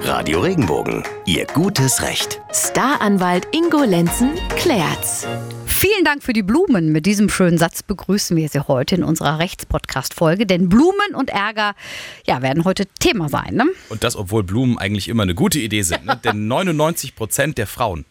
Radio Regenbogen, Ihr gutes Recht. Staranwalt Ingo Lenzen klärt's. Vielen Dank für die Blumen. Mit diesem schönen Satz begrüßen wir Sie heute in unserer Rechtspodcast-Folge. Denn Blumen und Ärger werden heute Thema sein. Ne? Und das, obwohl Blumen eigentlich immer eine gute Idee sind. Ne? Denn 99% der Frauen,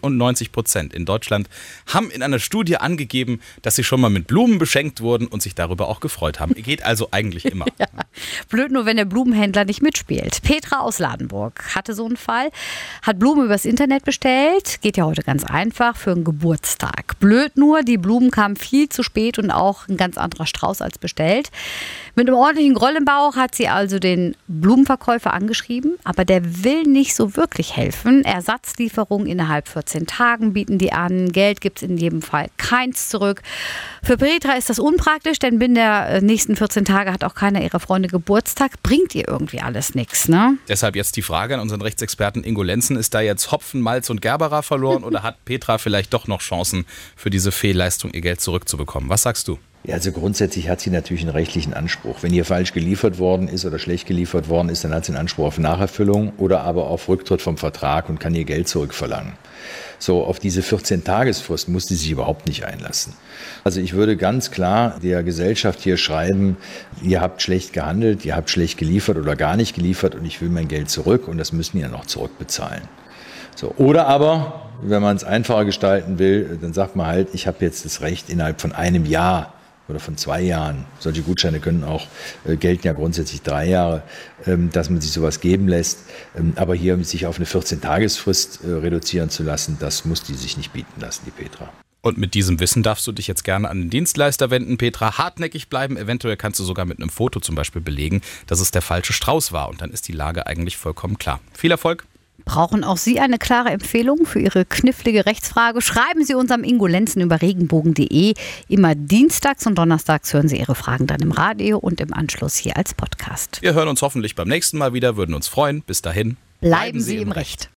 99% in Deutschland, haben in einer Studie angegeben, dass sie schon mal mit Blumen beschenkt wurden und sich darüber auch gefreut haben. Geht also eigentlich immer. Ja. Blöd nur, wenn der Blumenhändler nicht mitspielt. Petra aus Ladenburg hatte so einen Fall, hat Blumen übers Internet bestellt. Geht ja heute ganz einfach für einen Geburtstag. Blöd nur, die Blumen kamen viel zu spät und auch ein ganz anderer Strauß als bestellt. Mit einem ordentlichen Groll im Bauch hat sie also den Blumenverkäufer angeschrieben, aber der will nicht so wirklich helfen. Ersatzlieferung innerhalb 14 Tagen bieten die an. Geld gibt es in jedem Fall keins zurück. Für Petra ist das unpraktisch, denn binnen der nächsten 14 Tage hat auch keiner ihrer Freunde Geburtstag. Bringt ihr irgendwie alles nichts, ne? Deshalb jetzt die Frage an unseren Rechtsexperten Ingo Lenzen. Ist da jetzt Hopfen, Malz und Gerbera verloren oder hat Petra vielleicht doch noch Chancen, für diese Fehlleistung ihr Geld zurückzubekommen? Was sagst du? Ja, also grundsätzlich hat sie natürlich einen rechtlichen Anspruch. Wenn hier falsch geliefert worden ist oder schlecht geliefert worden ist, dann hat sie einen Anspruch auf Nacherfüllung oder aber auf Rücktritt vom Vertrag und kann ihr Geld zurückverlangen. So, auf diese 14-Tagesfrist muss sie sich überhaupt nicht einlassen. Also ich würde ganz klar der Gesellschaft hier schreiben, ihr habt schlecht gehandelt, ihr habt schlecht geliefert oder gar nicht geliefert und ich will mein Geld zurück und das müssen ihr noch zurückbezahlen. So, oder aber, wenn man es einfacher gestalten will, dann sagt man halt, ich habe jetzt das Recht innerhalb von einem Jahr oder von 2 Jahren, solche Gutscheine gelten ja grundsätzlich 3 Jahre, dass man sich sowas geben lässt. Aber hier sich auf eine 14-Tagesfrist reduzieren zu lassen, das muss die sich nicht bieten lassen, die Petra. Und mit diesem Wissen darfst du dich jetzt gerne an den Dienstleister wenden, Petra. Hartnäckig bleiben, eventuell kannst du sogar mit einem Foto zum Beispiel belegen, dass es der falsche Strauß war. Und dann ist die Lage eigentlich vollkommen klar. Viel Erfolg! Brauchen auch Sie eine klare Empfehlung für Ihre knifflige Rechtsfrage? Schreiben Sie uns am Ingo Lenzen über regenbogen.de. Immer dienstags und donnerstags hören Sie Ihre Fragen dann im Radio und im Anschluss hier als Podcast. Wir hören uns hoffentlich beim nächsten Mal wieder, würden uns freuen. Bis dahin, bleiben Sie im Recht.